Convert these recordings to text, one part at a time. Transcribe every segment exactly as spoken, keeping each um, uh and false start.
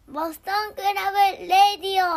ボストンクラブレディオ。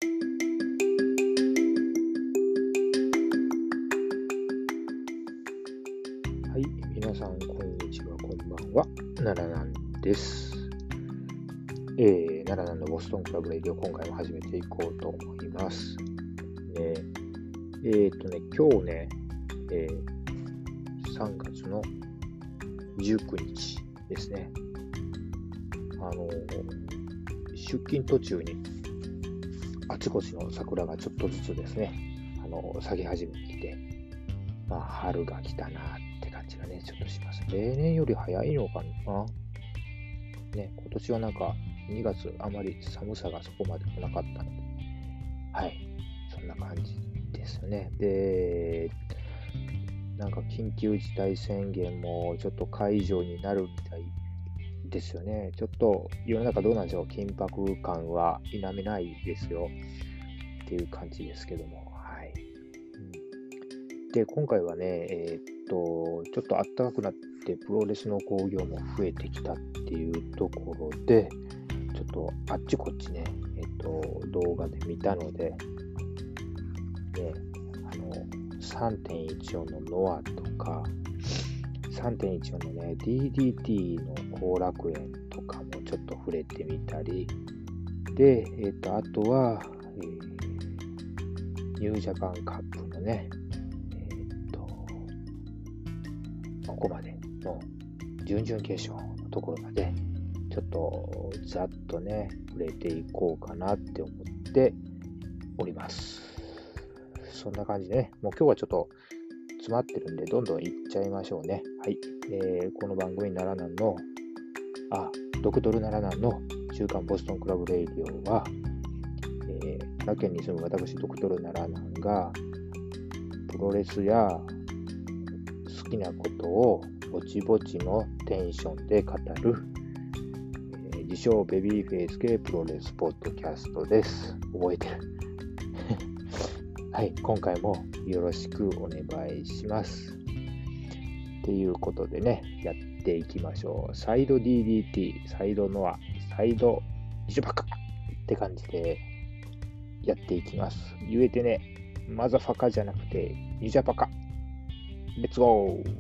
はい、皆さんこんにちは、こんばんは。奈良南です。えー、奈良南のボストンクラブレディオ、今回も始めていこうと思います。ね、えー、っとね、今日ね、えー、さんがつのじゅうくにちですね。あのー、出勤途中にあちこちの桜がちょっとずつですね、あのー、咲き始めてきて、まあ、春が来たなって感じがね、ちょっとします。例年より早いのかな。ね、今年はなんかにがつあまり寒さがそこまで来なかったので、はい、そんな感じですよね。で、なんか緊急事態宣言もちょっと解除になるみたいですよね。ちょっと世の中どうなんでしょう。緊迫感は否めないですよっていう感じですけども、はい。うん、で、今回はね、えー、っと、ちょっと暖かくなってプロレスの興行も増えてきたっていうところで、ちょっとあっちこっちね、えー、っと、動画で見たので、ね、あの、さんてんいちよん のノアとか、さんてんいちよん のね、ディーディーティー の後楽園とかもちょっと触れてみたり、で、えっと、あとは、えー、ニュージャパンカップのね、えっと、ここまでの準々決勝のところまで、ちょっとざっとね、触れていこうかなって思っております。そんな感じでね、もう今日はちょっと詰まってるんで、どんどんいっちゃいましょうね。はい。えー、この番組、奈良南の、あ、ドクトル奈良南の週刊ボストンクラブレイディオは、えー、奈良県に住む私、ドクトル奈良南が、プロレスや好きなことをぼちぼちのテンションで語る、えー、自称ベビーフェイス系プロレスポッドキャストです。覚えてる。はい、今回もよろしくお願いします。っていうことでね、やっていきましょう。サイド ディーディーティー、サイドノア、サイドニジャパカって感じでやっていきます。言えてね、マザファカじゃなくてニジャパカ。レッツゴー。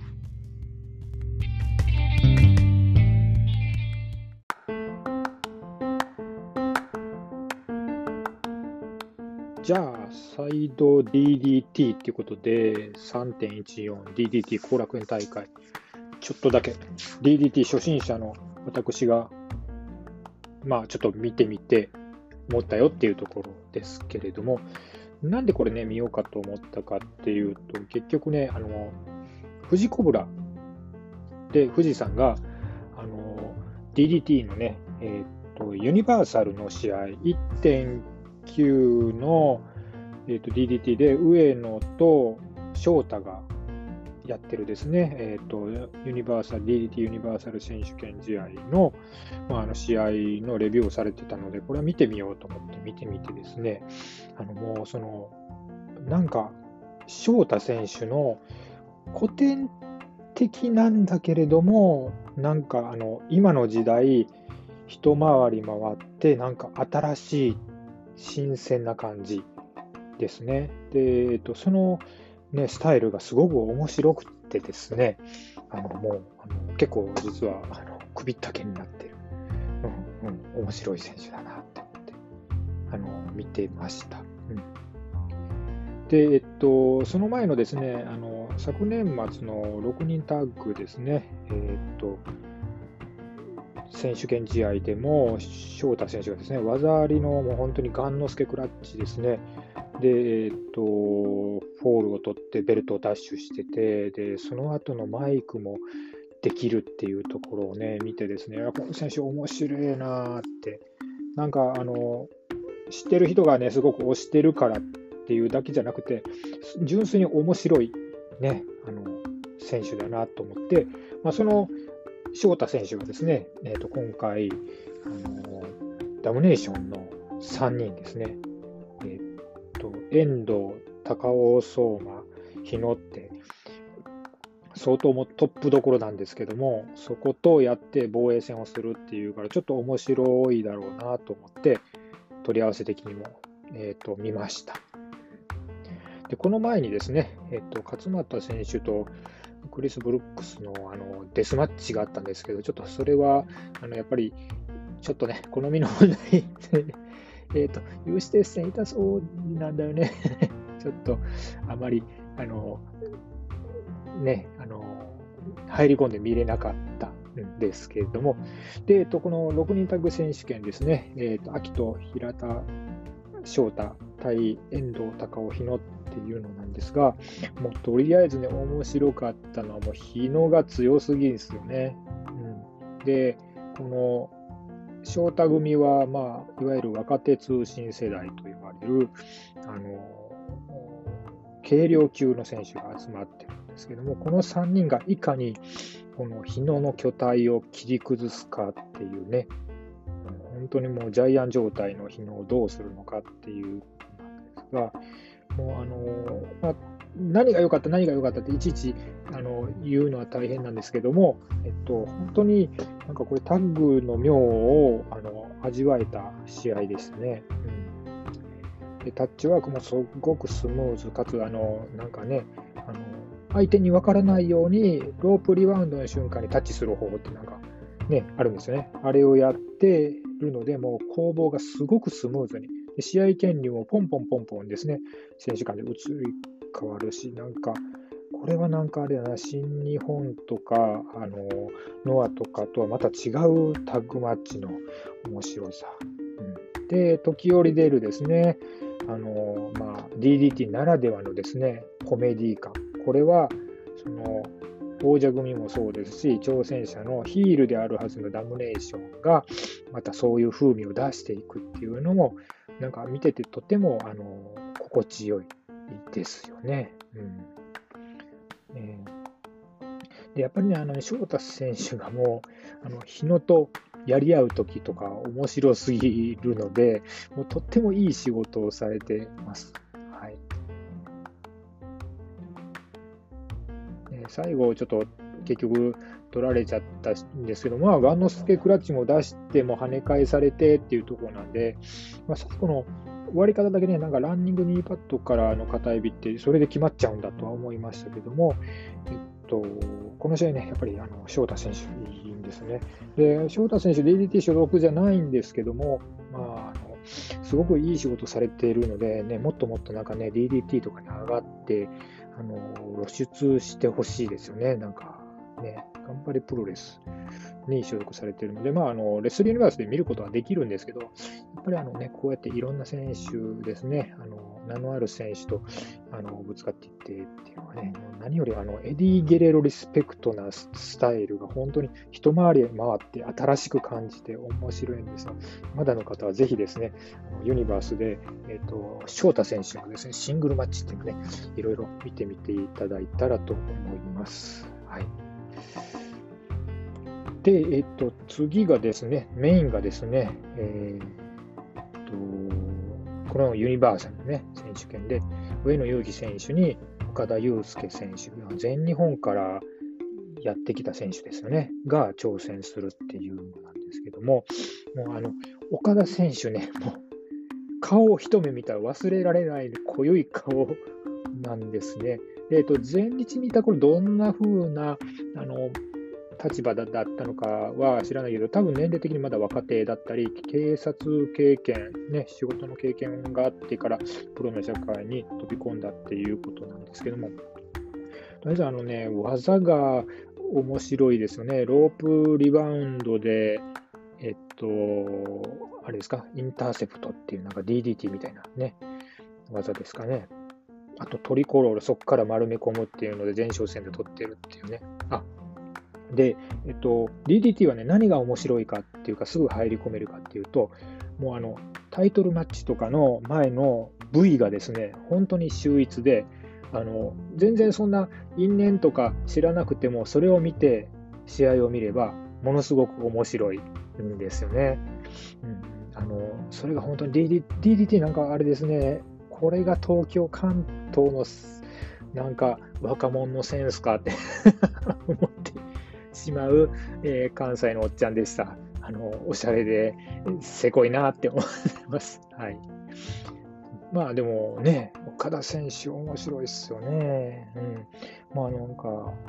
じゃあ、サイド ディーディーティー っていうことで、さんてんいちよんディーディーティー 後楽園大会、ちょっとだけ ディーディーティー 初心者の私が、まあちょっと見てみて思ったよっていうところですけれども、なんでこれね、見ようかと思ったかっていうと、結局ね、あの、富士コブラで富士山が、あの、ディーディーティー のね、えっと、ユニバーサルの試合、いってんきゅう の、えー、と ディーディーティー で上野と翔太がやってるですね、えー、とユニバーサル ディーディーティー ユニバーサル選手権試合の、まあ、あの試合のレビューをされてたので、これは見てみようと思って見てみてですね、あのもうそのなんか翔太選手の古典的なんだけれども、なんかあの今の時代一回り回ってなんか新しい新鮮な感じですね。で、えっと、その、ね、スタイルがすごく面白くてですね、あのもうあの結構実はあの首ったけになってる、うんうん、面白い選手だなって思ってあの見てました。うん、で、えっと、その前のですね、あの昨年末のろくにんタッグですね、えっと、選手権試合でも翔太選手がですね、技ありのもう本当にガンノスケクラッチですね。で、えっと、フォールを取ってベルトを奪取してて、で、その後のマイクもできるっていうところをね、見てですね、この選手面白いなーって、なんかあの、知ってる人がね、すごく推してるからっていうだけじゃなくて、純粋に面白いね、あの、選手だなと思って、まあ、その翔太選手がですね、えー、と今回あの、ダムネーションのさんにんですね、えー、と遠藤、高尾相馬、日野って、 相当もトップどころなんですけども、そことやって防衛戦をするっていうから、ちょっと面白いだろうなと思って、取り合わせ的にも、えー、と見ました。でこの前にですね、えー、と勝俣選手とクリス・ブルックスのあのデスマッチがあったんですけど、ちょっとそれはあのやっぱりちょっとね、好みの問題えっと、有刺鉄線痛そうなんだよね。ちょっとあまりあのね、あの入り込んで見れなかったんですけれども、で、えっと、このろくにんタッグ選手権ですね、えっと、秋と平田翔太対遠藤隆夫日野っていうのなんですが、もうとりあえずね、面白かったのはもう日野が強すぎですよね。うん、で、この翔太組は、まあ、いわゆる若手通信世代と呼ばれる、あの軽量級の選手が集まってるんですけども、このさんにんがいかにこの日野の巨体を切り崩すかっていうね、本当にもうジャイアン状態の日野をどうするのかっていうことなんですが、もうあの、まあ、何が良かった、何が良かったっていちいちあの言うのは大変なんですけども、えっと、本当になんかこれタッグの妙をあの味わえた試合でしたね。うん、でタッチワークもすごくスムーズかつあのなんかね、あの相手に分からないようにロープリバウンドの瞬間にタッチする方法ってなんかねあるんですよね。あれをやってるので、もう攻防がすごくスムーズに、で試合権利もポンポンポンポンですね、選手間で移り変わるし、なんかこれはなんかあれだな、新日本とかあのノアとかとはまた違うタッグマッチの面白さ、うん、で時折出るですね、あの、まあ、ディーディーティー ならではのですねコメディ感、これはその王者組もそうですし、挑戦者のヒールであるはずのダムネーションがまたそういう風味を出していくっていうのもなんか見ててとてもあの心地よいですよね。うんえー、でやっぱりね、あの翔太選手がもうあの日野とやり合うときとか面白すぎるので、もうとってもいい仕事をされてます。はい、えー、最後ちょっと結局取られちゃったんですけど、まあ、ガンノスケクラッチも出しても跳ね返されてっていうところなんで、まあ、最後の終わり方だけね、なんかランニングニーパッドからの片指って、それで決まっちゃうんだとは思いましたけども、えっと、この試合ね、やっぱりあの翔太選手いいんですね。で、翔太選手、ディーディーティー 所属じゃないんですけども、まあ、あのすごくいい仕事されているので、ね、もっともっとなんかね、ディーディーティー とかに上がって、あの露出してほしいですよね、なんか。ね、頑張れプロレスに所属されているので、まあ、あのレスリーユニバースで見ることはできるんですけど、やっぱりあの、ね、こうやっていろんな選手ですね、あの名のある選手とあのぶつかっていってっていうのはね、何よりあのエディ・ゲレロリスペクトなスタイルが本当に一回り回って新しく感じて面白いんですよ。まだの方はぜひですね、あのユニバースで、えーと、翔太選手のですね、シングルマッチっていうのね、いろいろ見てみていただいたらと思います。はい。で、えっと、次がですね、メインがですね、えー、っと、このユニバーサルのね、選手権で、上野由岐選手に岡田祐介選手、全日本からやってきた選手ですよね、が挑戦するっていうのなんですけども、もうあの、岡田選手ね、もう、顔を一目見たら忘れられない濃ゆい顔なんですね。で、えっと、前日見た頃、どんな風な、あの、立場だったのかは知らないけど、多分年齢的にまだ若手だったり、警察経験、ね、仕事の経験があってからプロの社会に飛び込んだっていうことなんですけども、とりあえずあのね、技が面白いですよね。ロープリバウンドで、えっと、あれですか、インターセプトっていうなんか ディーディーティー みたいなね、技ですかね。あとトリコロール、そこから丸め込むっていうので前哨戦で取ってるっていうね。あで、えっと、ディーディーティー はね、何が面白いかっていうか、すぐ入り込めるかっていうと、もうあの、タイトルマッチとかの前の V がですね、本当に秀逸で、あの、全然そんな因縁とか知らなくても、それを見て、試合を見れば、ものすごく面白いんですよね。うん、あの、それが本当に ディーディーティー なんかあれですね、これが東京、関東のなんか若者のセンスかって思ってしまう、えー関西のおっちゃんでした。あのおしゃれでせこいなって思ってます。はい。まあでもね、岡田選手面白いですよね。うん。まあなんか、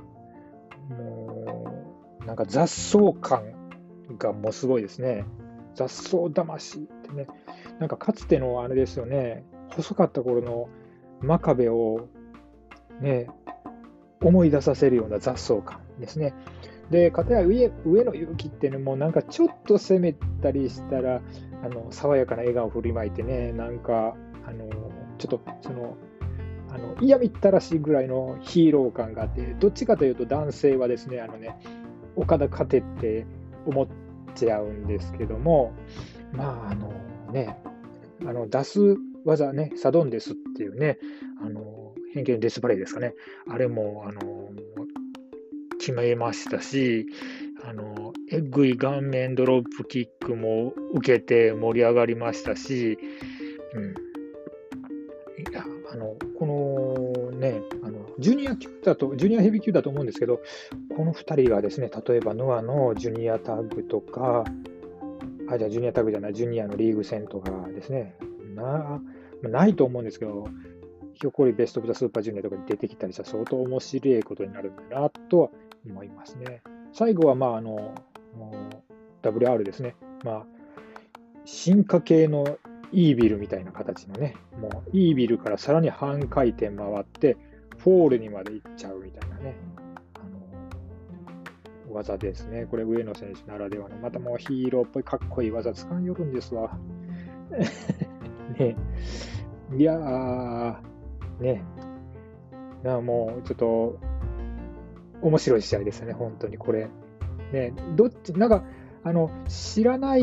もう、なんか雑草感がもうすごいですね。雑草魂ってね。なんかかつてのあれですよね、細かった頃の真壁をね、思い出させるような雑草感ですね。で、かたや上上野勇気っていうのも、なんかちょっと攻めたりしたら、あの爽やかな笑顔を振りまいてね、なんか、あのちょっとその、あの嫌みったらしいぐらいのヒーロー感があって、どっちかというと男性はですね、あのね、岡田勝てって思っちゃうんですけども、まあ、あのね、あの出す技ね、サドンデスっていうね、あの偏見デスバレーですかね、あれもあの決めましたし、あのえぐい顔面ドロップキックも受けて盛り上がりましたし、うん、いやあのこのね、あのジュニア級だと、ジュニアヘビー級だと思うんですけど、このふたりがですね、例えばノアのジュニアタッグとか、あ、じゃあジュニアタッグじゃない、ジュニアのリーグ戦とかですね、な、まあないと思うんですけど、ひょっこりベスト・オブ・ザ・スーパージュニアとかに出てきたりしたら相当面白いことになるんだなとは思いますね。最後は、まあ、あの、もう ダブリューアール ですね。まあ、進化系のイービルみたいな形のね、もうイービルからさらに半回転回って、フォールにまで行っちゃうみたいなね、あの技ですね。これ、上野選手ならではの、またもうヒーローっぽいかっこいい技使いよるんですわ。ね、いやー、ね、なもうちょっと面白い試合でしたね、本当にこれ。ね、どっち、なんか、あの知らない、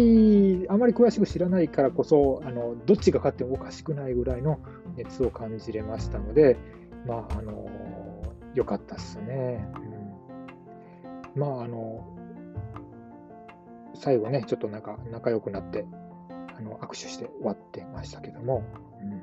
あまり詳しく知らないからこそ、あのどっちが勝ってもおかしくないぐらいの熱を感じれましたので、まあ、あの良かったですね。うん、まあ、あの最後ね、ちょっとなんか仲良くなって、あの握手して終わってましたけども。うん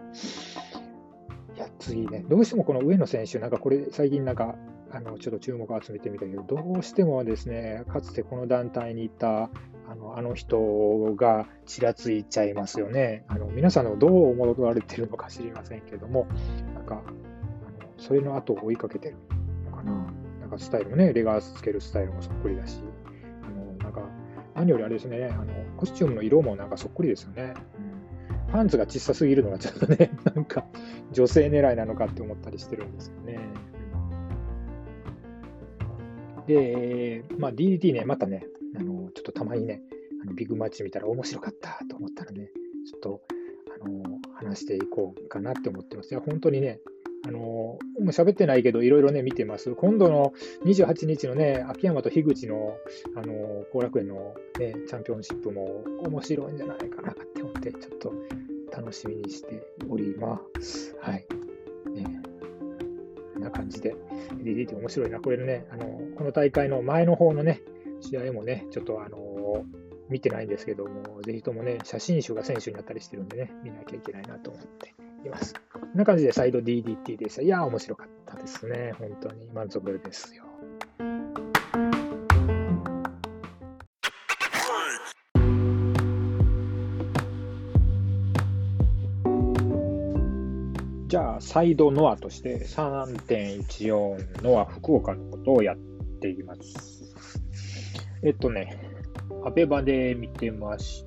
いや次ね、どうしてもこの上野選手、なんかこれ、最近なんか、あのちょっと注目を集めてみたけど、どうしてもですね、かつてこの団体にいたあのあの人がちらついちゃいますよね。あの皆さんのどう思われてるのか知りませんけども、なんか、あのそれの後を追いかけてるのかな。なんかスタイルもね、レガースつけるスタイルもそっくりだし、あのなんか何よりあれですね、あのコスチュームの色もなんかそっくりですよね。うんパンツが小さすぎるのがちょっとね、なんか女性狙いなのかって思ったりしてるんですよね。で、まあ、ディーディーティー ね、またね、あのちょっとたまにね、あのビッグマッチ見たら面白かったと思ったらね、ちょっとあの話していこうかなって思ってます。いや、本当にね、あのもう喋ってないけど、いろいろね、見てます。今度のにじゅうはちにちのね、秋山と樋口のあの後楽園の、ね、チャンピオンシップも面白いんじゃないかなって思って、ちょっと楽しみにしております。はい。ね、こんな感じで、ディーディーティー 面白いな。これね、あの、この大会の前の方のね、試合もね、ちょっとあの、見てないんですけども、ぜひともね、写真集が選手になったりしてるんでね、見なきゃいけないなと思っています。こんな感じで、再度 ディーディーティー でした。いやー、面白かったですね。本当に満足ですよ。じゃあ、サイドノアとして さんてんいちよん ノア福岡のことをやっています。えっとね、アベマで見てました。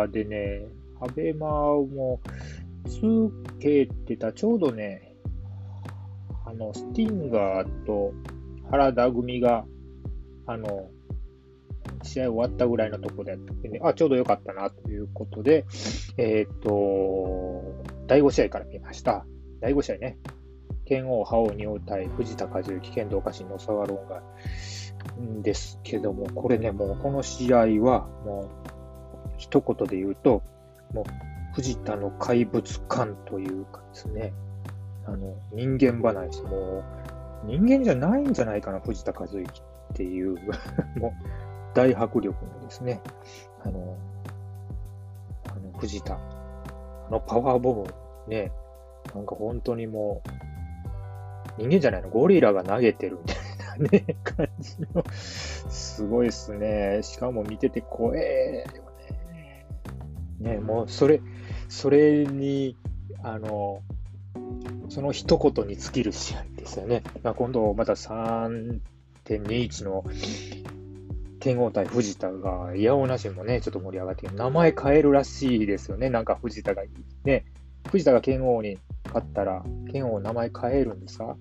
でね、アベマもつけてた、ちょうどね、あの、スティンガーと原田組が、あの、試合終わったぐらいのところでやってね、あ、ちょうどよかったなということで、えっと、だいご試合から見ました。だいご試合ね。剣王、覇王、二王対、藤田和幸、剣道家臣、野沢論外ですけども、これね、もうこの試合は、もう、一言で言うと、もう、藤田の怪物感というかですね、あの、人間話、もう、人間じゃないんじゃないかな、藤田和幸っていう、もう、大迫力のですね、あの、あの藤田、あのパワーボム、ね、なんか本当にも人間じゃないの、ゴリラが投げてるみたいなね、感じの、すごいですね。しかも見てて怖えよね。ね、もうそれ、それに、あの、その一言に尽きる試合ですよね。まあ、今度また さんてんにじゅういち の剣王対藤田が、いやおなしもね、ちょっと盛り上がって、名前変えるらしいですよね。なんか藤田が、ね、藤田が剣王に勝ったら、剣王名前変えるんですか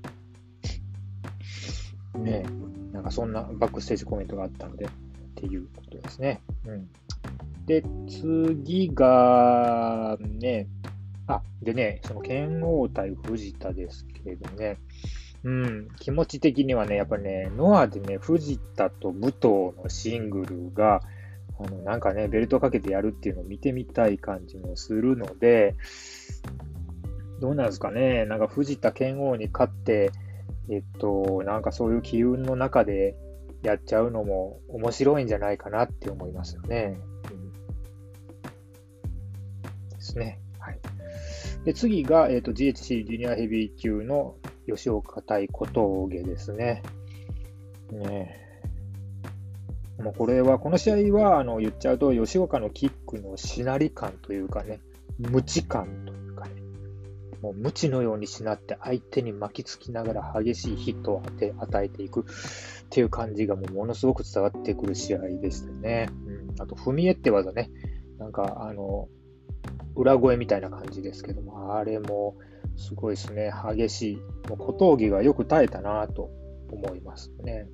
ね、なんかそんなバックステージコメントがあったので、っていうことですね。うん。で、次が、ね、あ、でね、その剣王対藤田ですけれどね、うん、気持ち的にはね、やっぱりね、ノアでね、藤田と武藤のシングルが、あの、なんかね、ベルトかけてやるっていうのを見てみたい感じもするので、どうなんですかね、なんか藤田剣王に勝って、えっと、なんかそういう機運の中でやっちゃうのも面白いんじゃないかなって思いますよね。うん、ですね。はい。で、次が、えっと、ジーエイチシー ジュニアヘビー級の吉岡対小峠ですね。ねえ。もうこれは、この試合は、あの、言っちゃうと、吉岡のキックのしなり感というかね、無知感というかね、もう無知のようにしなって相手に巻きつきながら激しいヒットを当て与えていくっていう感じがもうものすごく伝わってくる試合でしたね。うん、あと、踏み絵って技ね、なんか、あの、裏声みたいな感じですけども、あれもすごいですね、激しい。もう小峠がよく耐えたなと思いますね。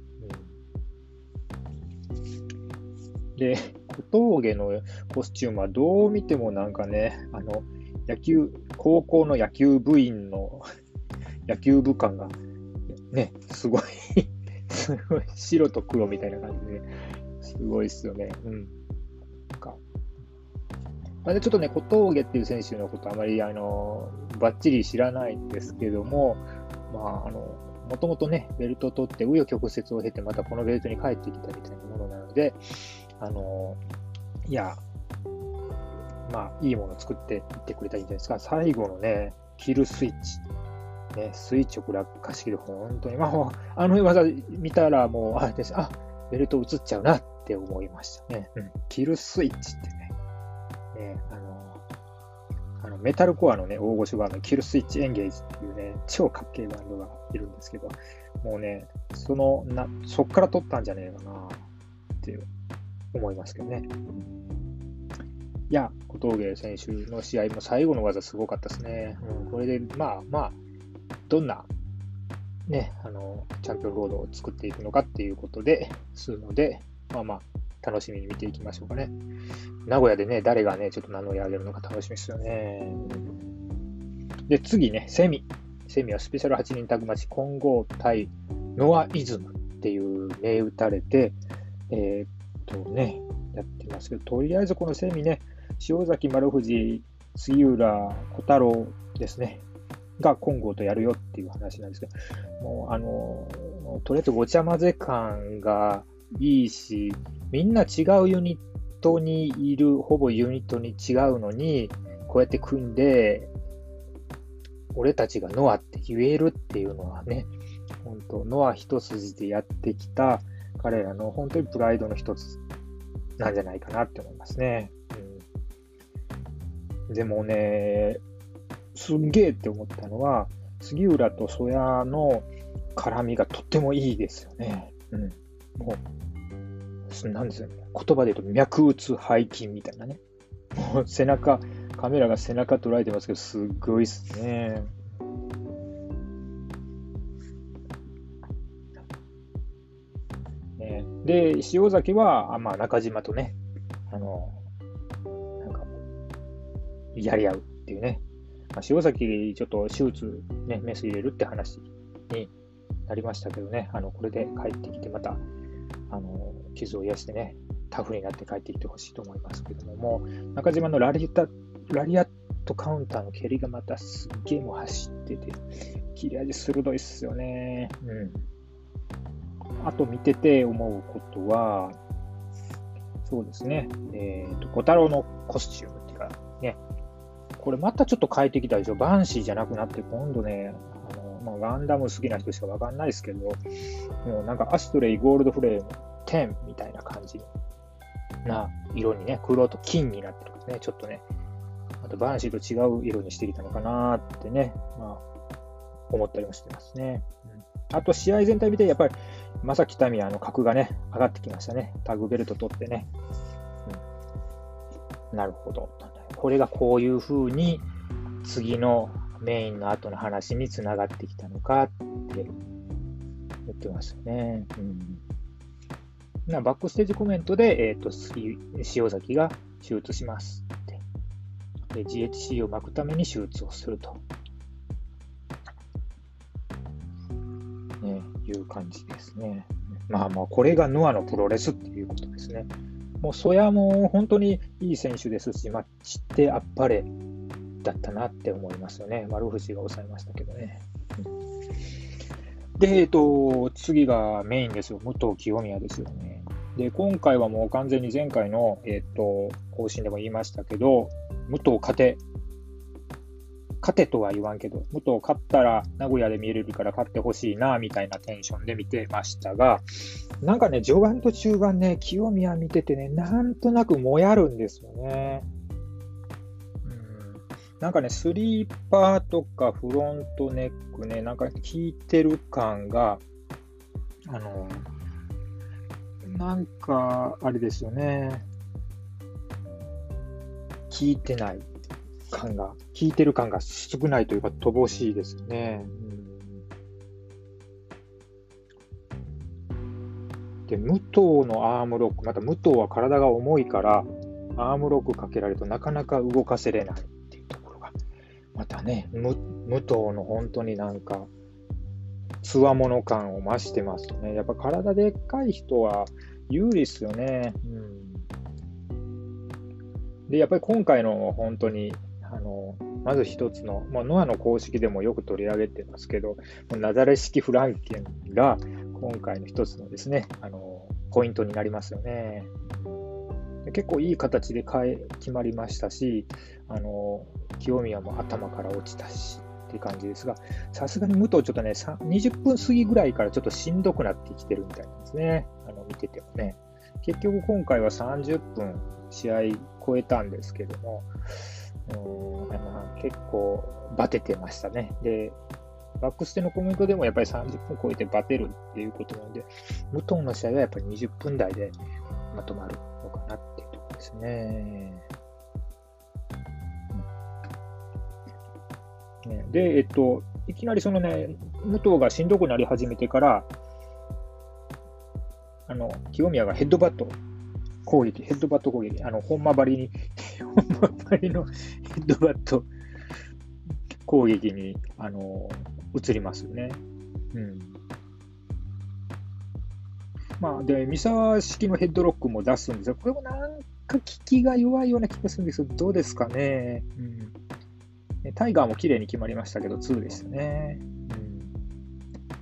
うん、で、小峠のコスチュームはどう見てもなんかね、あの、野球、高校の野球部員の野球部感がね、すごいすごい白と黒みたいな感じで、すごいですよね。うん。なんかまあ、ちょっとね、小峠っていう選手のことあまり、あの、ばっちり知らないんですけども、まあ、あの、もともとね、ベルトを取って、紆余曲折を経て、またこのベルトに帰ってきたみたいなものなので、あの、いや、まあ、いいものを作っていってくれたらいいんじゃないですか。最後のね、キルスイッチ。ね、垂直落下式で、本当に、まあ、あの技見たらもう、あ、あ、ベルト映っちゃうなって思いましたね。うん、キルスイッチってね。ね、あの、あのメタルコアのね、大御所バンド、キルスイッチエンゲージっていうね、超かっけえバンドがいるんですけど、もうね、その、な、そっから取ったんじゃねえかなって思いますけどね。いや、小峠選手の試合も最後の技すごかったですね。うん、これで、まあまあ、どんな、ね、あの、チャンピオンロードを作っていくのかっていうことでするので、まあまあ、楽しみに見ていきましょうかね。名古屋でね、誰がね、ちょっと名乗り上げるのか楽しみですよね。で、次ね、セミ。セミはスペシャルはちにんタッグマッチ、混合対ノアイズムっていう銘打たれて、えー、っとね、やってますけど、とりあえずこのセミね、塩崎丸藤、杉浦小太郎ですね、が混合とやるよっていう話なんですけど、もうあの、とりあえずごちゃ混ぜ感がいいし、みんな違うユニットにいる、ほぼユニットに違うのに、こうやって組んで、俺たちがノアって言えるっていうのはね、本当ノア一筋でやってきた彼らの本当にプライドの一つなんじゃないかなって思いますね。うん、でもね、すんげえって思ったのは、杉浦と曽谷の絡みがとってもいいですよね。うん、もう、なんですよね。言葉で言うと脈打つ背筋みたいなね。もう背中、カメラが背中捉えてますけど、すっごいっすね。ねで、塩崎は、まあ、中島とね、あの、なんか、やり合うっていうね。まあ、塩崎、ちょっと手術、ね、メス入れるって話になりましたけどね、あの、これで帰ってきて、また、あの、傷を癒してね、タフになって帰ってきてほしいと思いますけども、もう中島のラリタラリアットカウンターの蹴りがまたすっげえも走ってて、切れ味鋭いっすよね。うん。あと見てて思うことは、そうですね、えっと、小太郎のコスチュームっていうか、ね、これまたちょっと変えてきたでしょ。バンシーじゃなくなって、今度ね、あのまあ、ガンダム好きな人しかわかんないですけど、もうなんかアストレイゴールドフレームじゅうみたいな感じな色にね、黒と金になってるんですね、ちょっとね。あとバンシーと違う色にしてきたのかなってね、まあ、思ったりもしてますね。うん、あと試合全体見て、やっぱり正木民也の格がね、上がってきましたね。タグベルト取ってね。うん、なるほど。これがこういう風に次のメインの後の話につながってきたのかって言ってますよね。うんなバックステージコメントで、えっと、塩崎が手術しますって。ジーエイチシー を巻くために手術をすると、ね、いう感じですね。まあまあ、これがノアのプロレスっていうことですね。もう、そやも本当にいい選手ですし、まあ、散ってあっぱれだったなって思いますよね。丸藤が抑えましたけどね。うんで、えっと、次がメインですよ。武藤清宮ですよね。で、今回はもう完全に前回の、えっと、更新でも言いましたけど、武藤勝て。勝てとは言わんけど、武藤勝ったら名古屋で見れるから勝ってほしいな、みたいなテンションで見てましたが、なんかね、序盤と中盤ね、清宮見ててね、なんとなくもやるんですよね。なんかね、スリーパーとかフロントネックね、なんか効いてる感が、あの、なんか、あれですよね。効いてない感が、効いてる感が少ないというか、乏しいですよね。うん、で、武藤のアームロック、また武藤は体が重いから、アームロックかけられるとなかなか動かせれない。またね、武藤の本当になんか、つわもの感を増してますね。やっぱ体でっかい人は有利ですよね。うん、で、やっぱり今回の本当に、あの、まず一つの、まあ、ノアの公式でもよく取り上げてますけど、ナザレ式フランケンが今回の一つのですね、あの、ポイントになりますよね。結構いい形で変え決まりましたし、あの清宮も頭から落ちたしっていう感じですが、さすがに武藤ちょっとね、にじゅっぷん過ぎぐらいからちょっとしんどくなってきてるみたいなんですね。あの見ててもね。結局今回はさんじゅっぷん試合超えたんですけども、うんまあ、結構バテてましたね。で、バックステのコメントでもやっぱりさんじゅっぷん超えてバテるっていうことなので、武藤の試合はやっぱりにじゅっぷん台でまとまるのかなっていうところですね。うん、で、えっと、いきなりそのね、武藤がしんどくなり始めてから、あの、清宮がヘッドバット攻撃、ヘッドバット攻撃、あの、本間張りに、本間張りのヘッドバット攻撃に、あの、移りますよね。うん。まあ、で、三沢式のヘッドロックも出すんですが、これもなんか効きが弱いような気がするんですけど、どうですかね。うん、タイガーも綺麗に決まりましたけど、ツーでしたね。うん、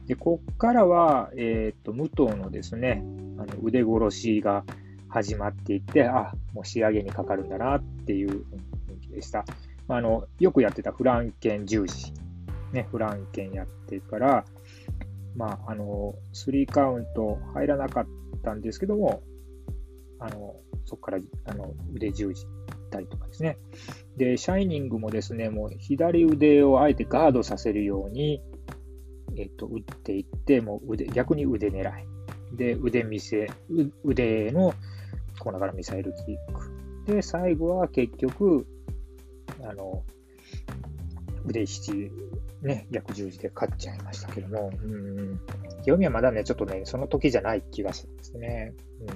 で、こっからは、えっと、武藤のですね、あの腕殺しが始まっていって、あ、もう仕上げにかかるんだなっていう雰囲気でした。あの、よくやってたフランケン十字。ね、フランケンやってから、まあ、あの、スリーカウント入らなかったんですけども、あの、そこから、あの、腕十字行ったりとかですね。で、シャイニングもですね、もう左腕をあえてガードさせるように、えっと、打っていって、もう腕、逆に腕狙い。で、腕見せ、腕のコーナーからミサイルキック。で、最後は結局、あの、腕七、ね、逆十字で勝っちゃいましたけども、うん、清宮はまだね、ちょっとね、その時じゃない気がするんですね。うん、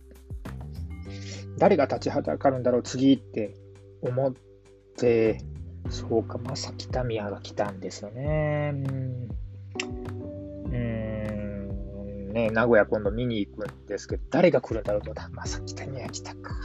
誰が立ちはだかるんだろう、次って思って、そうか、まさきたみやが来たんですよね。うん、うんね、名古屋今度見に行くんですけど、誰が来るんだろうと、まさきたみや来たか。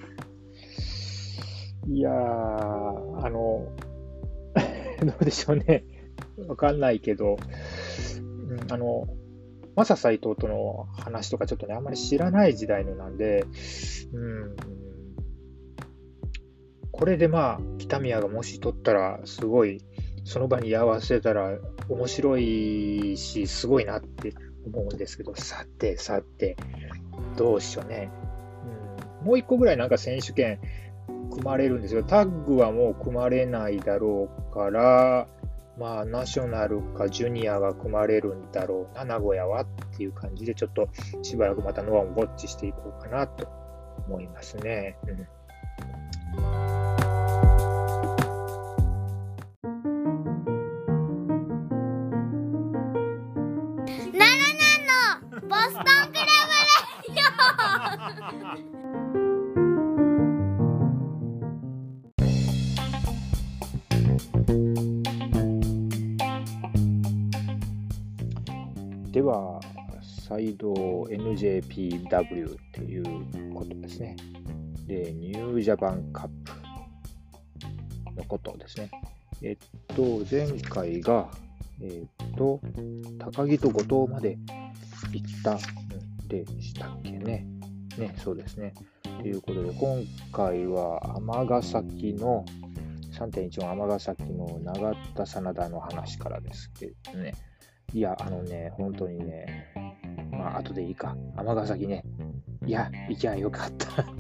いやー、あの、どうでしょうね。わかんないけど、うん、あの、マサ斎藤との話とかちょっとね、あんまり知らない時代のなんで、うん、これでまあ、北宮がもし取ったら、すごいその場に居合わせたら面白いし、すごいなって思うんですけど、さてさて、どうしようね。うん、もう一個ぐらいなんか選手権組まれるんですよ。タッグはもう組まれないだろうから、まあ、ナショナルかジュニアが組まれるんだろうな、名古屋はっていう感じで、ちょっとしばらくまたノアをウォッチしていこうかなと思いますね。うん、 ナナナのボストンクラブレディオでは、再度 エヌジェーピーダブリュー っていうことですね。で、ニュージャパンカップのことですね。えっと、前回が、えっと、高木と後藤まで行ったんでしたっけね。ね、そうですね。ということで、今回は尼崎の さんてんいちよん 尼崎の永田真田の話からですけどね。いや、あのね、本当にね、まあ、後でいいか。尼崎ね、いや、行きゃよかったって。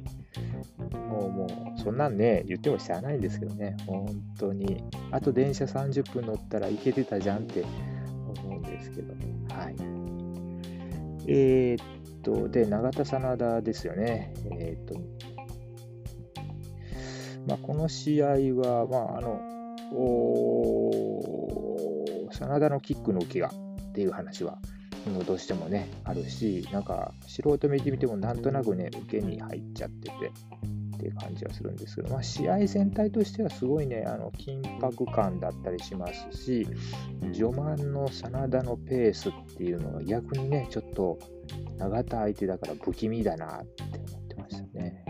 もう、もう、そんなんね、言ってもしゃあないんですけどね、本当に。あと電車さんじゅっぷん乗ったら行けてたじゃんって思うんですけど。はい。えー、っと、で、永田真田ですよね。えー、っと、まあ、この試合は、まあ、あの、真田のキックの受けがっていう話はどうしてもねあるし、なんか素人目で見てもなんとなくね受けに入っちゃっててっていう感じはするんですけど、まあ、試合全体としてはすごいねあの緊迫感だったりしますし、序盤の真田のペースっていうのが逆にねちょっと永田相手だから不気味だなって思ってましたね。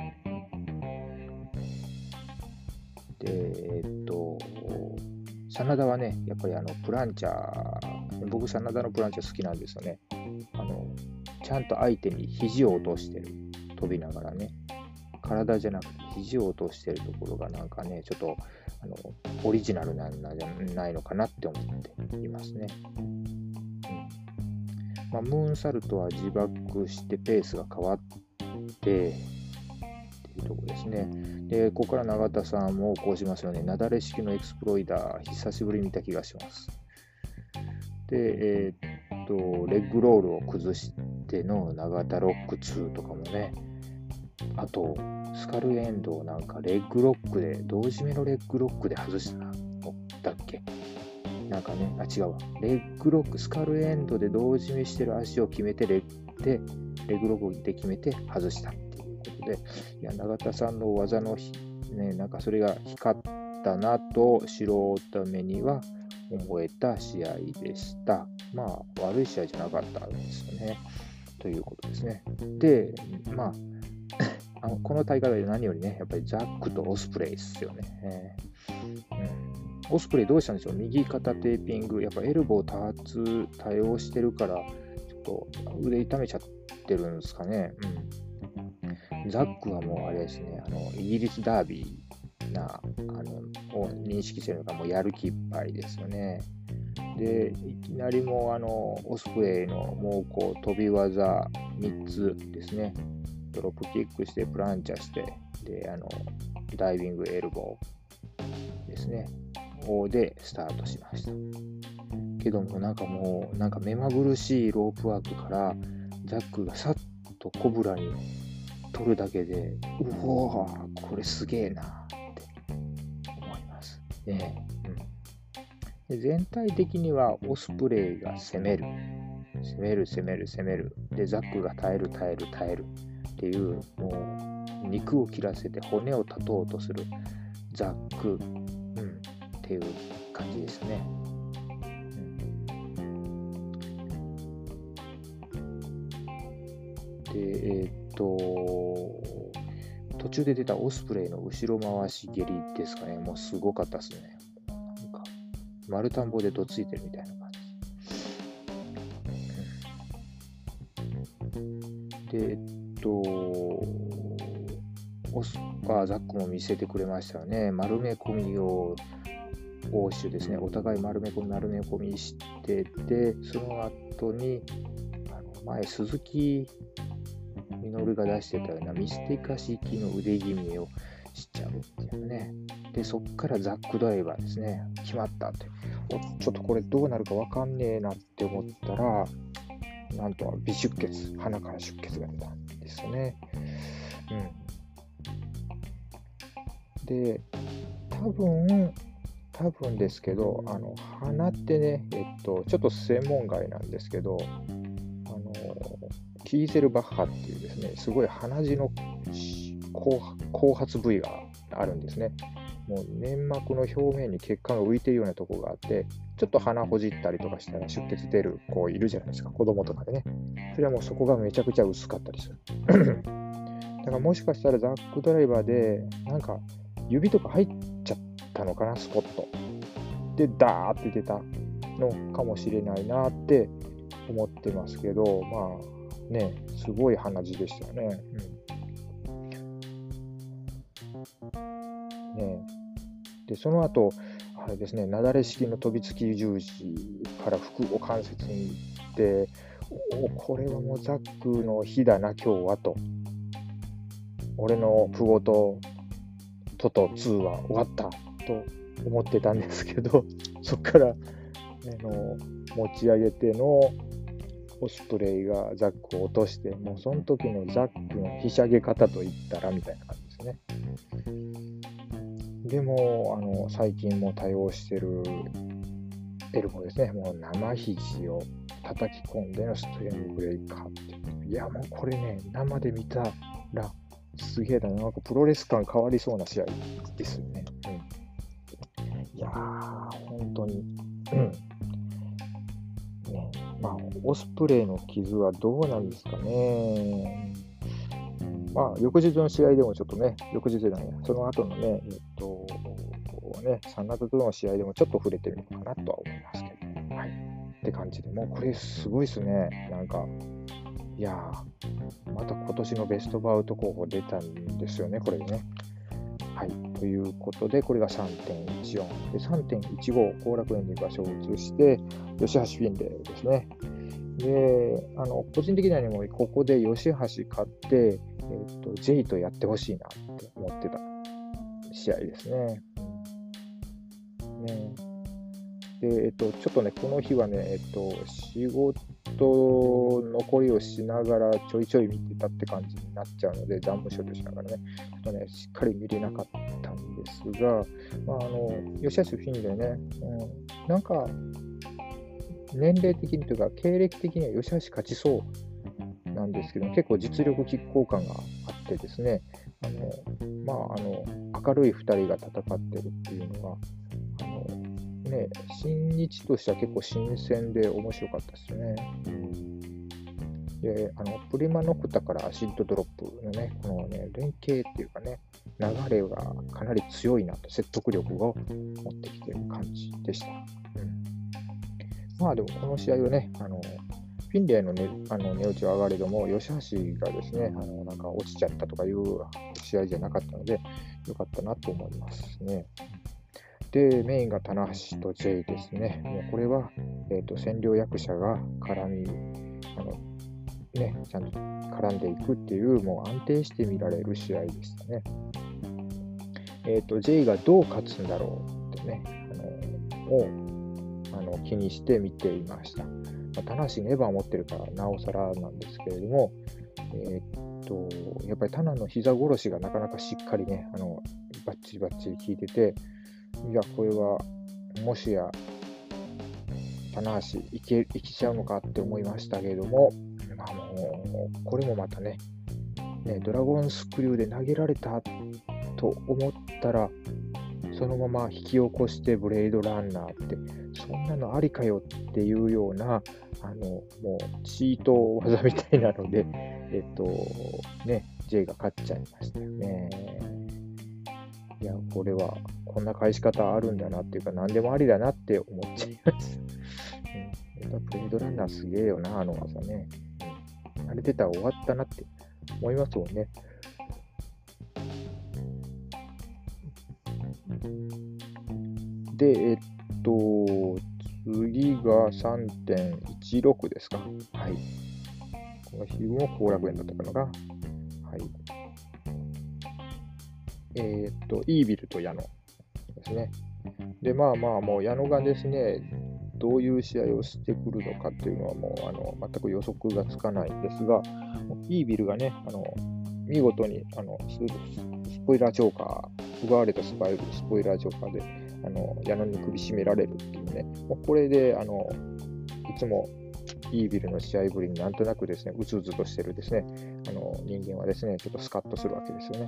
でえっと真田はね、やっぱりあのプランチャー、僕、真田のプランチャー好きなんですよね。あのちゃんと相手に肘を落としてる、飛びながらね、体じゃなくて肘を落としてるところがなんかね、ちょっとあのオリジナルなんじゃないのかなって思っていますね。うんまあ、ムーンサルトは自爆してペースが変わってっていうところですね。で、ここから永田さんもこうしますよね。なだれ式のエクスプロイダー、久しぶりに見た気がします。で、えー、っと、レッグロールを崩しての永田ロックツーとかもね、あと、スカルエンドをなんかレッグロックで、同時めのレッグロックで外したのだっけなんかね、あ、違うわ。レッグロック、スカルエンドで同時めしてる足を決めてレッ、で、レッグロックで決めて外したっていうことで、いや、永田さんの技の、ね、なんかそれが光ったなと素人目には思えた試合でした。まあ、悪い試合じゃなかったんですよね。ということですね。で、まあ、あのこの大会で何よりね、やっぱりザックとオスプレイですよね。えーうん、オスプレイどうしたんでしょう、右肩テーピング、やっぱエルボー多発、多用してるから、ちょっと腕痛めちゃってるんですかね。うん、ザックはもうあれですね、あのイギリスダービーなあのを認識してるのがもうやる気いっぱいですよね。で、いきなりもうあのオスプレイのもうこう飛び技みっつですね。ドロップキックしてプランチャして、で、あの、ダイビングエルボーですね。で、スタートしました。けども、なんかもう、なんか目まぐるしいロープワークから、ザックがさっとコブラに取るだけで、うおー、これすげえなって思いますね。うん、で全体的にはオスプレイが攻める。攻める、攻める、攻める。で、ザックが耐える、耐える、耐える。っていうもう肉を切らせて骨を断とうとするザック、うん、っていう感じですね。うん、でえー、っと途中で出たオスプレイの後ろ回し蹴りですかね、もうすごかったですね。なんか丸田んぼでどついてるみたいな感じ。うん、でえっとオスパーザックも見せてくれましたよね。丸め込みを応酬ですね。お互い丸め込み丸め込みしてて、その後にあの前鈴木みのるが出してたようなミスティカ式の腕決めをしちゃうっていうね。で、そっからザックドライバーですね。決まったって。おちょっとこれどうなるかわかんねえなって思ったら、なんと微出血、鼻から出血が出たんですよね。うん。で、多分、多分ですけど、あの鼻ってね、えっと、ちょっと専門外なんですけど、あのキーゼルバッハっていうですね、すごい鼻血の後後発部位があるんですね。もう粘膜の表面に血管が浮いてるようなところがあって、ちょっと鼻ほじったりとかしたら出血出る子いるじゃないですか、子供とかでね。それはもうそこがめちゃくちゃ薄かったりする。だからもしかしたらザックドライバーで、なんか指とか入っちゃったのかな、スポット。で、ダーって出たのかもしれないなって思ってますけど、まあね、すごい鼻血でしたよね。うんねで、その後、あれですね、雪崩式の飛びつき十字から腹部関節に行って、おこれはもうザックの日だな、今日はと。俺のプゴトトトツーは終わったと思ってたんですけど、そこからあの持ち上げてのオスプレイがザックを落として、もうその時のザックのひしゃげ方といったらみたいな感じですね。でもあの最近も対応してるエルボーですね、もう生肘を叩き込んでのストレートブレイカーっていう。いや、もうこれね、生で見たらすげえだな、なんかプロレス感変わりそうな試合ですよね。うん、いやー、本当に、うんね、まあ、オスプレイの傷はどうなんですかね。まあ、翌日の試合でもちょっとね、翌日じゃないや、その後のね、えっと、ね、さんがつとの試合でもちょっと触れてるのかなとは思いますけど、はい。って感じで、もうこれすごいですね。なんか、いやー、また今年のベストバウト候補出たんですよね、これでね。はい。ということで、これが さんてんいちよん。で、さんてんいちご、後楽園に場所を移して、吉橋フィンレイですね。で、あの、個人的にはもうここで吉橋勝って、えっと、J とやってほしいなって思ってた試合ですね。ねで、えっと、ちょっとね、この日はね、えっと、仕事残りをしながらちょいちょい見てたって感じになっちゃうので、残務処理しながらね、ちょっとね、しっかり見れなかったんですが、まあ、あの、吉橋フィンでね、うん、なんか、年齢的にというか、経歴的には吉橋勝ちそうなんですけど、結構実力拮抗感があってですね、あの、まあ、あの、明るいふたりが戦ってるっていうのが、あの、ね、新日としては結構新鮮で面白かったですね。で、あの、プリマノクタからアシッドドロップのね、このね、連携っていうかね、流れがかなり強いなと、説得力を持ってきている感じでした。うん、まあでもこの試合はね、あの、フィンレイのね、あの値打ちは上がれども、吉橋がですね、あの、なんか落ちちゃったとかいう試合じゃなかったので、良かったなと思いますね。で、メインが棚橋と J ですね。もうこれは、えーと、占領役者が絡み、あの、ね、ちゃんと絡んでいくっていう、もう安定して見られる試合でしたね。えっと、J がどう勝つんだろうってね、あの、をあの気にして見ていました。まあ、棚橋ネバー持ってるからなおさらなんですけれども、えっと、やっぱり棚の膝殺しがなかなかしっかりね、あのバッチリバッチリ効いてて、いや、これはもしや棚橋いけいけちゃうのかって思いましたけれども、まあ、もうこれもまたね、ね、ドラゴンスクリューで投げられたと思ったら、そのまま引き起こしてブレードランナーって、そんなのありかよっていうような、あの、もうチート技みたいなので、えっと、ね、J が勝っちゃいましたよね。いや、これは、こんな返し方あるんだなっていうか、何でもありだなって思っちゃいました。うん、やっぱブレードランナーすげえよな、あの技ね。うん、あれ出たら終わったなって思いますもんね。 で、えっと、次が さんてんいちろく ですか。はい。この日も後楽園だったかな。はい。えっと、イービルと矢野ですね。で、まあまあ、もう矢野がですね、どういう試合をしてくるのかっていうのはもうあの全く予測がつかないんですが、イービルがね、あの見事にあのススポイラーチョーカー、奪われたスパイスポイラーチョーカーであの矢野に首絞められるっていうね、もうこれであのいつもイービルの試合ぶりになんとなくですね、うつうつとしてるですね、あの人間はですね、ちょっとスカッとするわけですよね。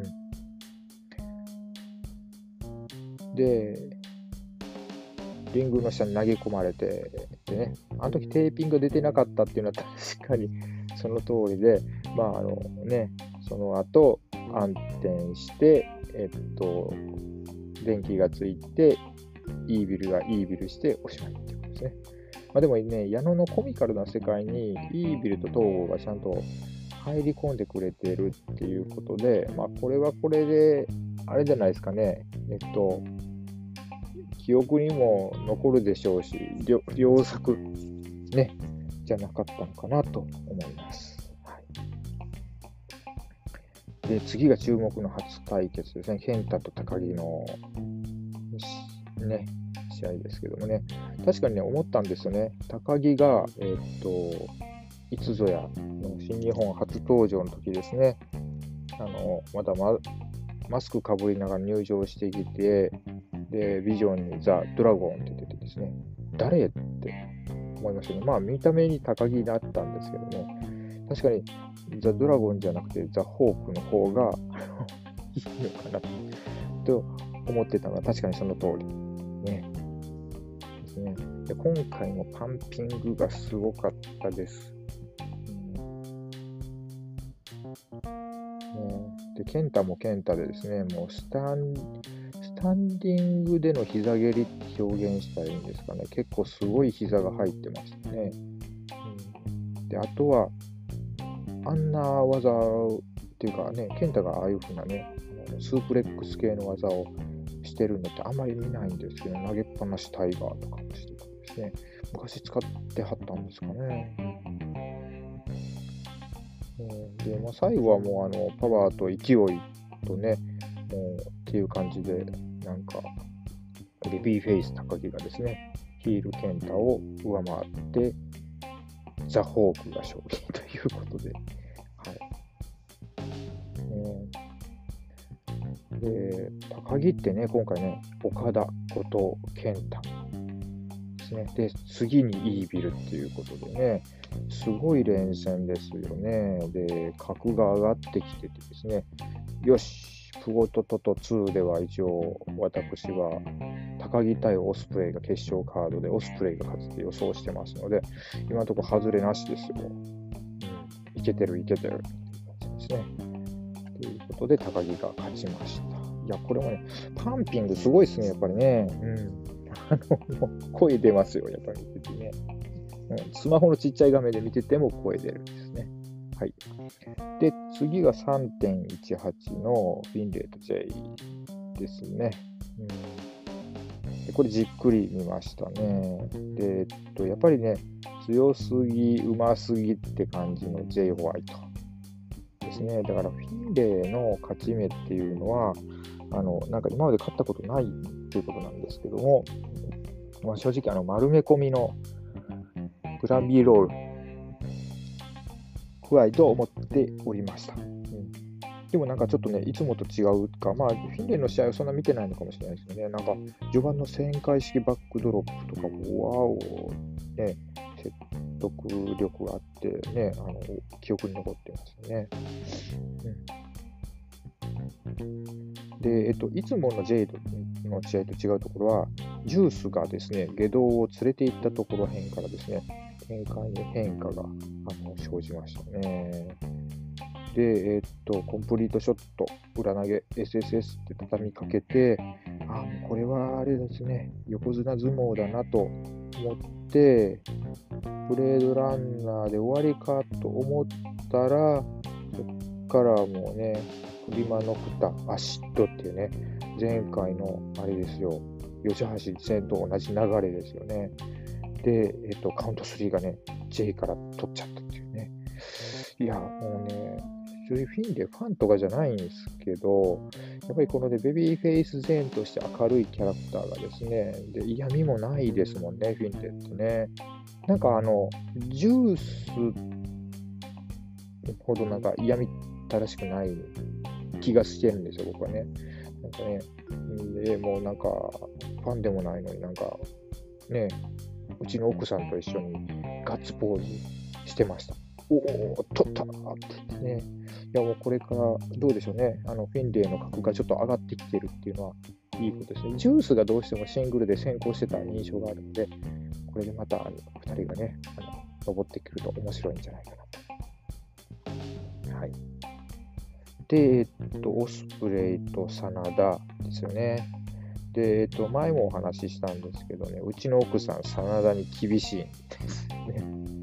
うん、で、リングの下に投げ込まれて、でね、あの時テーピング出てなかったっていうのは確かにその通りで、まああのね、その後暗転して、えっと、電気がついて、イービルがイービルしておしまいっていうことですね。まあ、でもね、矢野のコミカルな世界にイービルと東郷がちゃんと入り込んでくれてるっていうことで、まあこれはこれで、あれじゃないですかね、えっと、記憶にも残るでしょうし、良、良作、ね、じゃなかったのかなと思います。はい、で、次が注目の初対決ですね。健太と高木の、ね、試合ですけどもね。確かにね、思ったんですよね。高木が、えー、っと、いつぞやの新日本初登場の時ですね。あの、まだま、マスクかぶりながら入場してきて、で、ビジョンにザ・ドラゴンって出てですね、誰って思いましたけど、まあ見た目に高木だったんですけどね、確かにザ・ドラゴンじゃなくてザ・ホークの方がいいのかなと思ってたのは確かにその通り、ね、ですね。で、今回もパンピングがすごかったです。うんね、で、ケンタもケンタでですね、もうスタンスタンディングでの膝蹴りって表現したらいいんですかね。結構すごい膝が入ってましたね。うん、で、あとは、あんな技っていうかね、ケンタがああいう風なね、スープレックス系の技をしてるのってあんまり見ないんですけど、投げっぱなしタイガーとかもしてたんですね。昔使ってはったんですかね。うん、で、まあ、最後はもうあのパワーと勢いとね、もうっていう感じで、なんか、ベビーフェイス高木がですね、ヒールケンタを上回って、ザ・ホークが勝利ということで、はい。で、高木ってね、今回ね、岡田、後藤、健太ですね。で、次にイービルっていうことでね、すごい連戦ですよね。で、格が上がってきててですね、よし、プゴトトトツーでは一応私は高木対オスプレイが決勝カードでオスプレイが勝つって予想してますので、今のところ外れなしですよ。うん、いけてるいけてるっていう感じですね。ということで高木が勝ちました。いや、これもね、パンピングすごいですね、やっぱりね。うん、あの声出ますよ、やっぱり見ててね、うん。スマホのちっちゃい画面で見てても声出るんですね。はい。で、次が さんてんいちはち のフィンレイと J ですね。うん、でこれじっくり見ましたね。で、えっと、やっぱりね、強すぎ、うますぎって感じの J ホワイトですね。だからフィンレイの勝ち目っていうのは、あの、なんか今まで勝ったことないっていうことなんですけども、まあ、正直あの丸め込みのグラビーロール、具合と思っておりました。うん、でもなんかちょっとね、いつもと違うか、まあ、フィンレイの試合はそんな見てないのかもしれないですよね。なんか、序盤の旋回式バックドロップとかも、わお、ね、説得力があって、ね、あの、記憶に残ってますよね。うん、で、えっと、いつものジェイドの試合と違うところは、ジュースがですね、下道を連れて行ったところ辺からですね、展開に変化があの生じましたね。で、えー、っと、コンプリートショット、裏投げ、エスエスエス って畳みかけて、あ、もうこれはあれですね、横綱相撲だなと思って、ブレードランナーで終わりかと思ったら、そっからもうね、プリマノクタ、アシッドっていうね、前回のあれですよ、 吉橋戦と同じ流れですよね。で、えっと、カウントスリーがね、J から取っちゃったっていうね。いや、もうね、フィンレイファンとかじゃないんですけど、やっぱりこのね、ベビーフェイスゼーンとして明るいキャラクターがですね、で嫌味もないですもんね、フィンレイってね。なんかあの、ジュースほどなんか嫌みったらしくない気がしてるんですよ、僕はね。なんかね、でもうなんか、ファンでもないのになんか、ね、うちの奥さんと一緒にガッツポーズしてました。おお、取ったって言ってね。いや、もうこれからどうでしょうね。あの、フィンレイの格がちょっと上がってきてるっていうのはいいことですね。ジュースがどうしてもシングルで先行してた印象があるので、これでまたふたりがね、あの登ってくると面白いんじゃないかなと。はい。で、えっと、オスプレイと真田ですよね。で、えっと、前もお話ししたんですけどね、うちの奥さん、真田に厳しいんですね。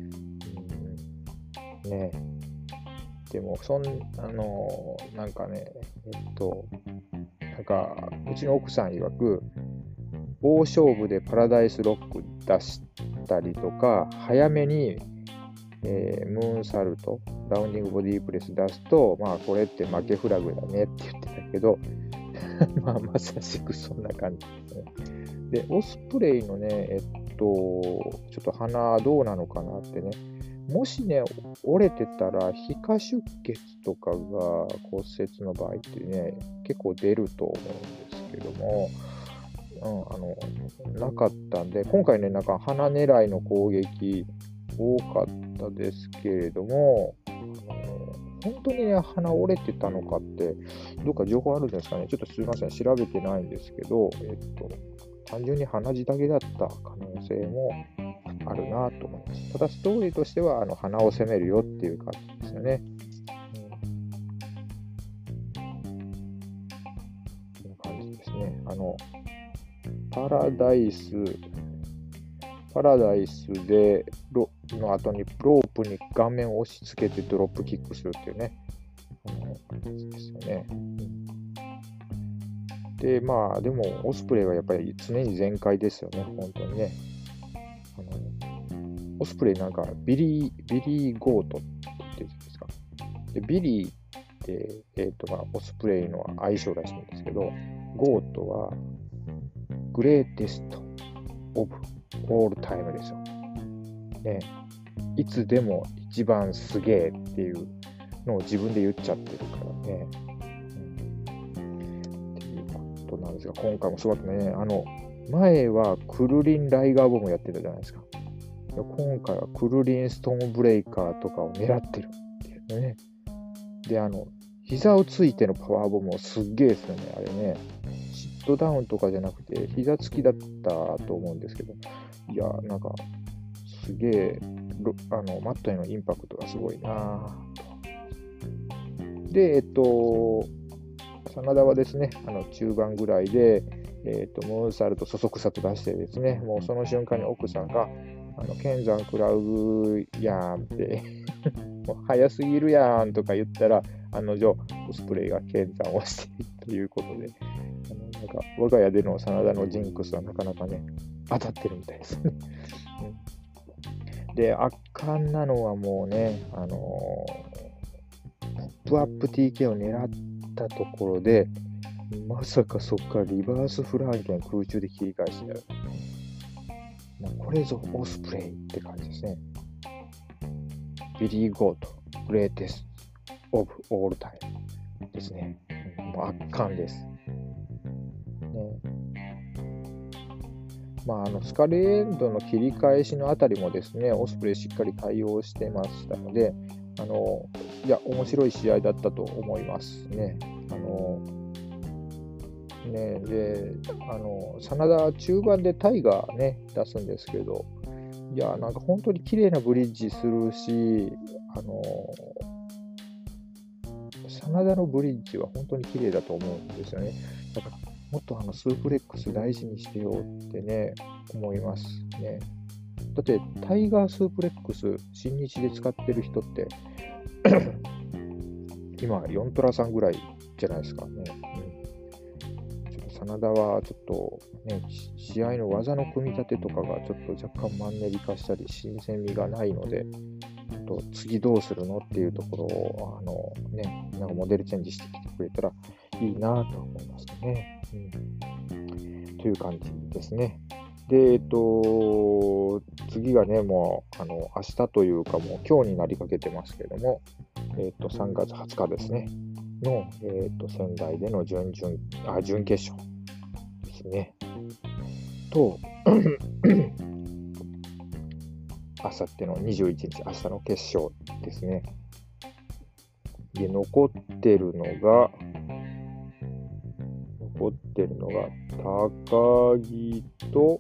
うん、ねでも、そん、あの、なんかね、えっと、なんか、うちの奥さん曰く、大勝負でパラダイスロック出したりとか、早めに、えー、ムーンサルト、ラウンディングボディープレス出すと、まあ、これって負けフラグだねって言ってたけど、まあ、まさしくそんな感じですね。で、オスプレイのね、えっと、ちょっと鼻どうなのかなってね、もしね、折れてたら、皮下出血とかが骨折の場合ってね、結構出ると思うんですけども、うん、あの、なかったんで、今回ね、なんか鼻狙いの攻撃多かったですけれども、あの本当にね、鼻折れてたのかって、どっか情報あるんですかね、ちょっとすみません、調べてないんですけど、えっと、単純に鼻血だけだった可能性もあるなと思います。ただ、ストーリーとしては、あの鼻を攻めるよっていう感じですよね。こんな感じですね。あの、パラダイス、パラダイスでロの後にロープに顔面を押し付けてドロップキックするっていうね、あの形ですよね。で、まあ、でも、オスプレイはやっぱり常に全開ですよね、本当にね。あのオスプレイなんかビリー、ビリー・ゴートって言ってるじゃないですか。でビリーって、えーとまあ、オスプレイの愛称らしいんですけど、ゴートはグレーテスト・オブ・オールタイムですよ。ね、いつでも一番すげえっていうのを自分で言っちゃってるからね。うん、っていうことなんですが、今回もすごくね、あの、前はクルリン・ライガーボムやってたじゃないですか。今回はクルリン・ストーンブレイカーとかを狙ってるっていうね。で、あの、膝をついてのパワーボムもすっげえですよね、あれね。シットダウンとかじゃなくて、膝つきだったと思うんですけど、いや、なんか、すげえ、あの、マットへのインパクトがすごいなぁと。で、えっと、真田はですね、あの中盤ぐらいで、えっと、ムーンサルト、そそくさと出してですね、もうその瞬間に奥さんが、あの、剣山食らうやんってもう早すぎるやんとか言ったら、案の定、コスプレイが剣山をしているということで、あのなんか我が家での真田のジンクスはなかなかね、当たってるみたいですね。うん、で、圧巻なのはもうね、あのー、ポップアップ ティーケー を狙ったところで、まさかそこからリバースフランケン空中で切り返してやる。もうこれぞオスプレイって感じですね。ビリー・ゴート、グレーテスト・オブ・オールタイムですね。もう圧巻です。ね、まあ、あのスカレエンドの切り返しのあたりもですね、オスプレイしっかり対応してましたので、あのいや、面白い試合だったと思いますね。あのねで、あの真田中盤でタイガーね、出すんですけど、いや、なんか本当に綺麗なブリッジするし、あの真田のブリッジは本当に綺麗だと思うんですよね。だからもっとあのスープレックス大事にしてよってね、思いますね。だってタイガースープレックス、新日で使ってる人って今よんトラさんぐらいじゃないですかね。うん、ちょっと真田はちょっとね、試合の技の組み立てとかがちょっと若干マンネリ化したり、新鮮味がないので、ちょっと次どうするのっていうところを、あのね、なんかモデルチェンジしてきてくれたらいいなと思いますね。うん、という感じですね。で、えっと、次がね、もう、あの、明日というか、もう今日になりかけてますけども、えっと、さんがつはつかですね、の、えっと、仙台での準々、あ、準決勝ですね。と、あさってのにじゅういちにち、明日の決勝ですね。で、残ってるのが、残ってるのが、高木と、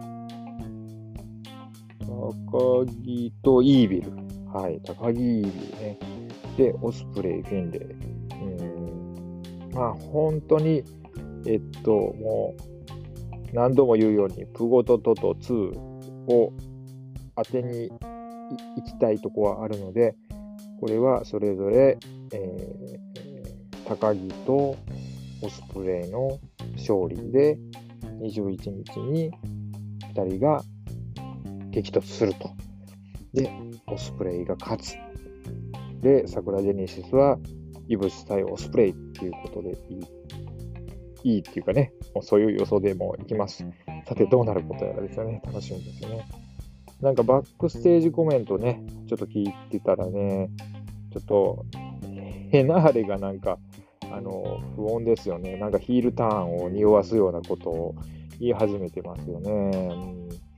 高木とイービル。はい、高木イービルね。で、オスプレイ、フィンレイ。うーん。まあ、本当に、えっと、もう、何度も言うように、プゴトトとツーを当てに行きたいとこはあるので、これはそれぞれ、えー、高木とオスプレイの勝利でにじゅういちにちにふたりが激突すると。で、オスプレイが勝つ。で、桜ジェネシスはイブス対オスプレイっていうことでいい、いいっていうかね、もうそういう予想でもいきます。さて、どうなることやらですよね。楽しみですよね。なんかバックステージコメントね、ちょっと聞いてたらね、ちょっとヘナーレがなんか、あの不穏ですよね。なんかヒールターンを匂わすようなことを言い始めてますよね。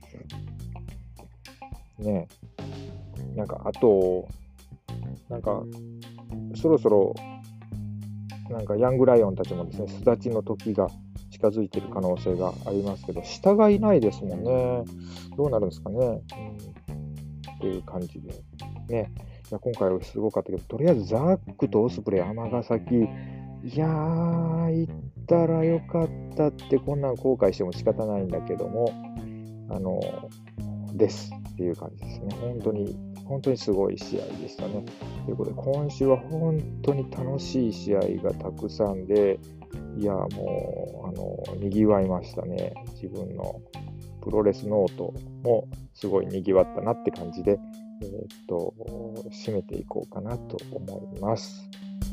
うん、ねなんかあと、なんかそろそろなんかヤングライオンたちもですね、巣立ちの時が近づいている可能性がありますけど、下がいないですもんね。どうなるんですかね。うん、っていう感じでね。いや今回はすごかったけど、とりあえずザックとオスプレイ、尼崎、いやー、行ったらよかったって、こんなん後悔しても仕方ないんだけども、あの、ですっていう感じですね。本当に、本当にすごい試合でしたね。ということで、今週は本当に楽しい試合がたくさんで、いや、もう、あの、にぎわいましたね。自分のプロレスノートもすごいにぎわったなって感じで、えー、っと、締めていこうかなと思います。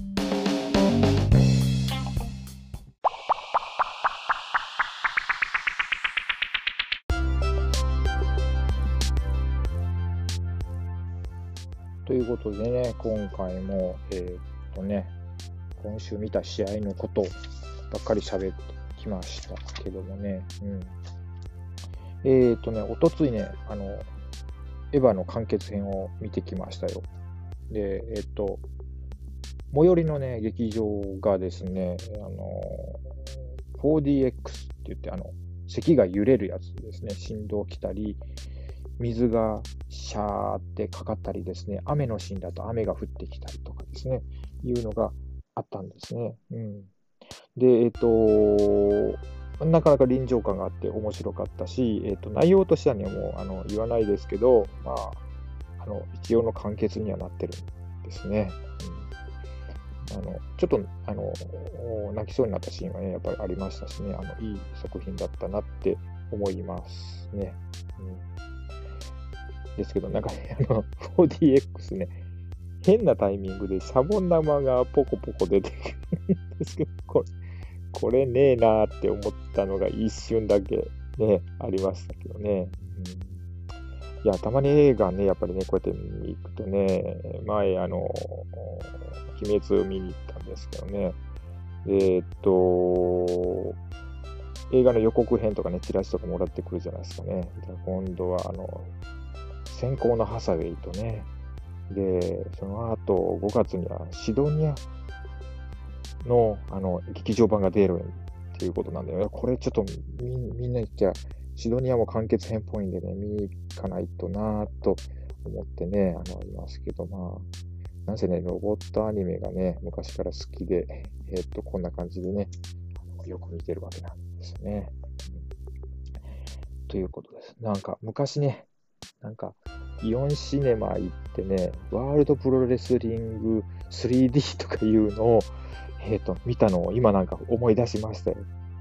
ということでね、今回も、えー、っとね、今週見た試合のことばっかり喋ってきましたけどもね、うん、えー、っとね、おとついね、あの、エヴァの完結編を見てきましたよ。で、えー、っと、最寄りのね、劇場がですね、あの、フォーディーエックス って言って、あの、席が揺れるやつですね、振動来たり、水がシャーってかかったりですね、雨のシーンだと雨が降ってきたりとかですね、いうのがあったんですね。うん、で、えっと、なかなか臨場感があって面白かったし、えっと、内容としてはね、もうあの言わないですけど、まあ、あの一応の完結にはなってるんですね。うん、あのちょっとあの泣きそうになったシーンはね、やっぱりありましたしね、あのいい作品だったなって思いますね。うんですけど、なんかね、あの フォーディーエックス ね、変なタイミングでシャボン玉がポコポコ出てくるんですけど、これ、これねえなーって思ったのが一瞬だけね、ありましたけどね。うん、いや、たまに映画ね、やっぱりね、こうやって見に行くとね、前、あの、鬼滅を見に行ったんですけどね、えー、っと、映画の予告編とかね、チラシとかもらってくるじゃないですかね。今度は、あの、先行のハサウェイとね、で、その後ごがつにはシドニアの、あの劇場版が出るっていうことなんで、これちょっと み, みんなじゃシドニアも完結編っぽいんでね、見に行かないとなぁと思ってね、あの、ありますけど、まあ、なんせね、ロボットアニメがね、昔から好きで、えー、っと、こんな感じでね、よく見てるわけなんですね。うん、ということです。なんか、昔ね、なんか、イオンシネマ行ってね、ワールドプロレスリング スリーディー とかいうのを、えーと、見たのを今なんか思い出しましたよ。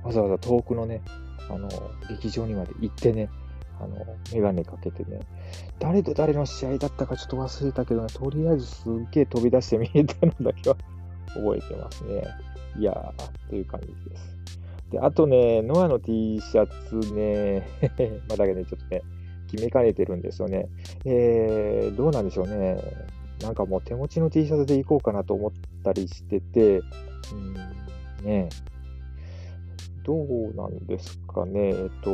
わざわざ遠くのね、あの、劇場にまで行ってね、あの、メガネかけてね、誰と誰の試合だったかちょっと忘れたけどね、とりあえずすっげえ飛び出して見えたのだけは覚えてますね。いやー、という感じです。で、あとね、ノアの T シャツね、まだね、ちょっとね、決めかねてるんですよね。えー、どうなんでしょうね。なんかもう手持ちの T シャツでいこうかなと思ったりしてて、うんね、どうなんですかね。えっと、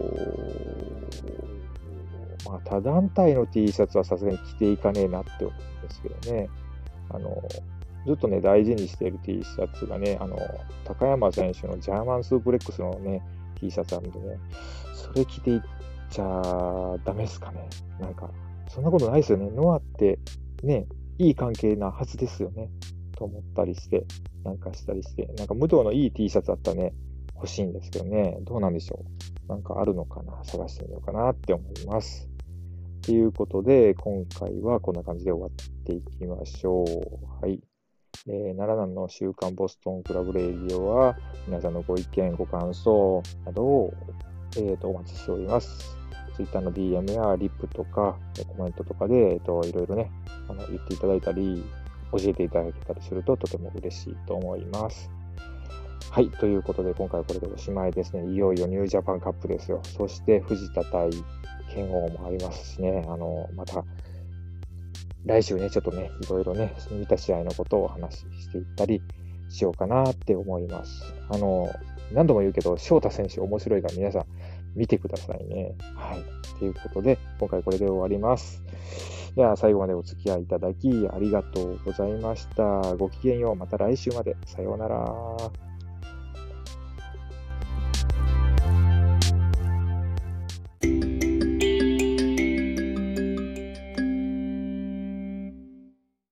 まあ、他団体の T シャツはさすがに着ていかねえなって思うんですけどね。あの、ずっとね、大事にしている T シャツがね、あの、高山選手のジャーマンスープレックスのね、T シャツあるんでね、それ着ていっちゃダメですかね。なんか、そんなことないですよね。ノアってね、いい関係なはずですよね。と思ったりして、なんかしたりして、なんか武藤のいい T シャツあったらね、欲しいんですけどね、どうなんでしょう。なんかあるのかな、探してみようかなって思います。ということで、今回はこんな感じで終わっていきましょう。はい。えー、奈良南の週刊ボストンクラブレイディオは、皆さんのご意見、ご感想などを、えー、とお待ちしております。Twitter の ディーエム やリップとか、コメントとかで、えー、といろいろね、あの言っていただいたり、教えていただけたりするととても嬉しいと思います。はい。ということで、今回はこれでおしまいですね。いよいよニュージャパンカップですよ。そして、藤田対剣王もありますしね。あの、また、来週ね、ちょっとね、いろいろね、見た試合のことをお話ししていったりしようかなって思います。あの、何度も言うけど、翔太選手面白いから皆さん見てくださいね。はい。ということで、今回これで終わります。では、最後までお付き合いいただきありがとうございました。ごきげんよう。また来週まで。さようなら。